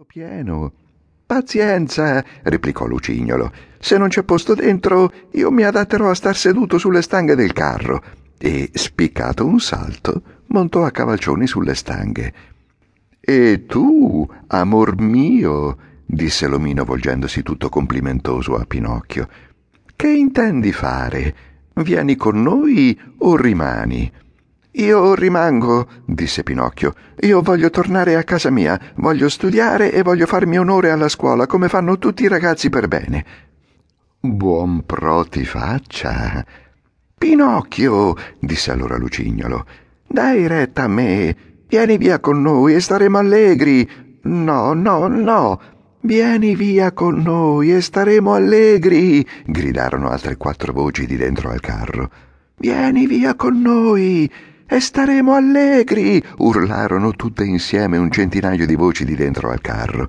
Pieno. Pazienza, replicò Lucignolo. Se non c'è posto dentro, io mi adatterò a star seduto sulle stanghe del carro. E, spiccato un salto, montò a cavalcioni sulle stanghe. E tu, amor mio, disse l'omino volgendosi tutto complimentoso a Pinocchio, che intendi fare? Vieni con noi o rimani? Io rimango, disse Pinocchio. Io voglio tornare a casa mia, voglio studiare e voglio farmi onore alla scuola come fanno tutti i ragazzi per bene. Buon pro ti faccia. Pinocchio, disse allora Lucignolo, dai retta a me, vieni via con noi e staremo allegri. No, no, no, vieni via con noi e staremo allegri, gridarono altre 4 voci di dentro al carro. Vieni via con noi e staremo allegri, urlarono tutte insieme un centinaio di voci di dentro al carro.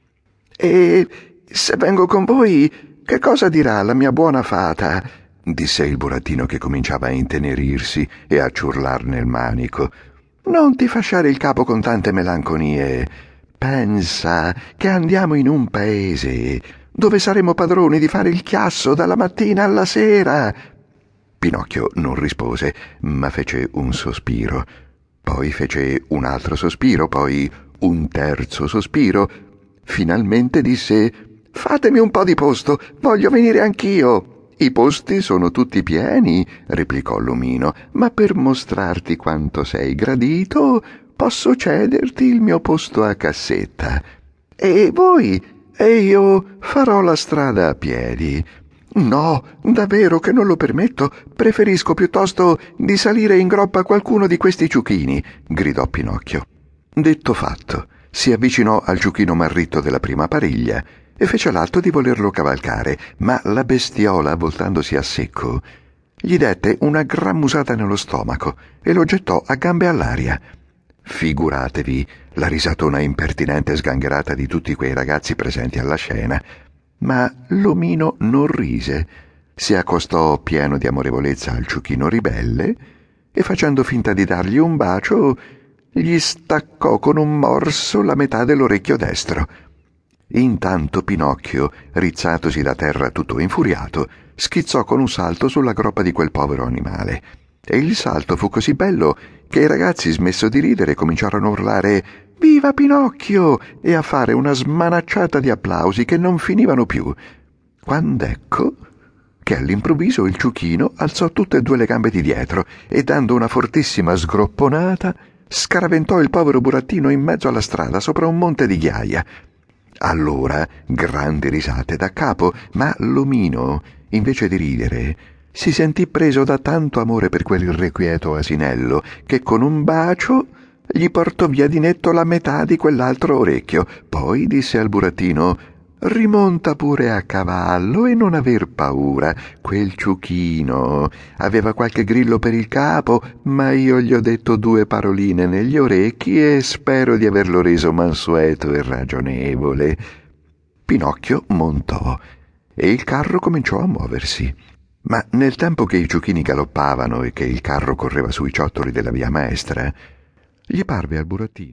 E se vengo con voi, che cosa dirà la mia buona fata? Disse il burattino che cominciava a intenerirsi e a ciurlar nel manico. Non ti fasciare il capo con tante melanconie. Pensa che andiamo in un paese dove saremo padroni di fare il chiasso dalla mattina alla sera. Pinocchio non rispose, ma fece un sospiro. Poi fece un altro sospiro, poi un terzo sospiro. Finalmente disse: «Fatemi un po' di posto, voglio venire anch'io». «I posti sono tutti pieni», replicò l'omino, «ma per mostrarti quanto sei gradito, posso cederti il mio posto a cassetta». «E voi?» «E io farò la strada a piedi». «No, davvero che non lo permetto. Preferisco piuttosto di salire in groppa qualcuno di questi ciuchini», gridò Pinocchio. Detto fatto, si avvicinò al ciuchino marritto della prima pariglia e fece l'atto di volerlo cavalcare, ma la bestiola, voltandosi a secco, gli dette una gran musata nello stomaco e lo gettò a gambe all'aria. Figuratevi la risatona impertinente e sgangherata di tutti quei ragazzi presenti alla scena. Ma l'omino non rise, si accostò pieno di amorevolezza al ciuchino ribelle e, facendo finta di dargli un bacio, gli staccò con un morso la metà dell'orecchio destro. Intanto Pinocchio, rizzatosi da terra tutto infuriato, schizzò con un salto sulla groppa di quel povero animale. E il salto fu così bello che i ragazzi, smesso di ridere, cominciarono a urlare «Viva Pinocchio!» e a fare una smanacciata di applausi che non finivano più. Quand'ecco che all'improvviso il ciuchino alzò tutte e 2 le gambe di dietro e, dando una fortissima sgropponata, scaraventò il povero burattino in mezzo alla strada sopra un monte di ghiaia. Allora grandi risate da capo, ma l'omino, invece di ridere, si sentì preso da tanto amore per quell'irrequieto asinello che con un bacio gli portò via di netto la metà di quell'altro orecchio. Poi disse al burattino: «Rimonta pure a cavallo e non aver paura. Quel ciuchino aveva qualche grillo per il capo, ma io gli ho detto 2 paroline negli orecchi e spero di averlo reso mansueto e ragionevole». Pinocchio montò e il carro cominciò a muoversi. Ma nel tempo che i ciuchini galoppavano e che il carro correva sui ciottoli della via maestra, gli parve al burattino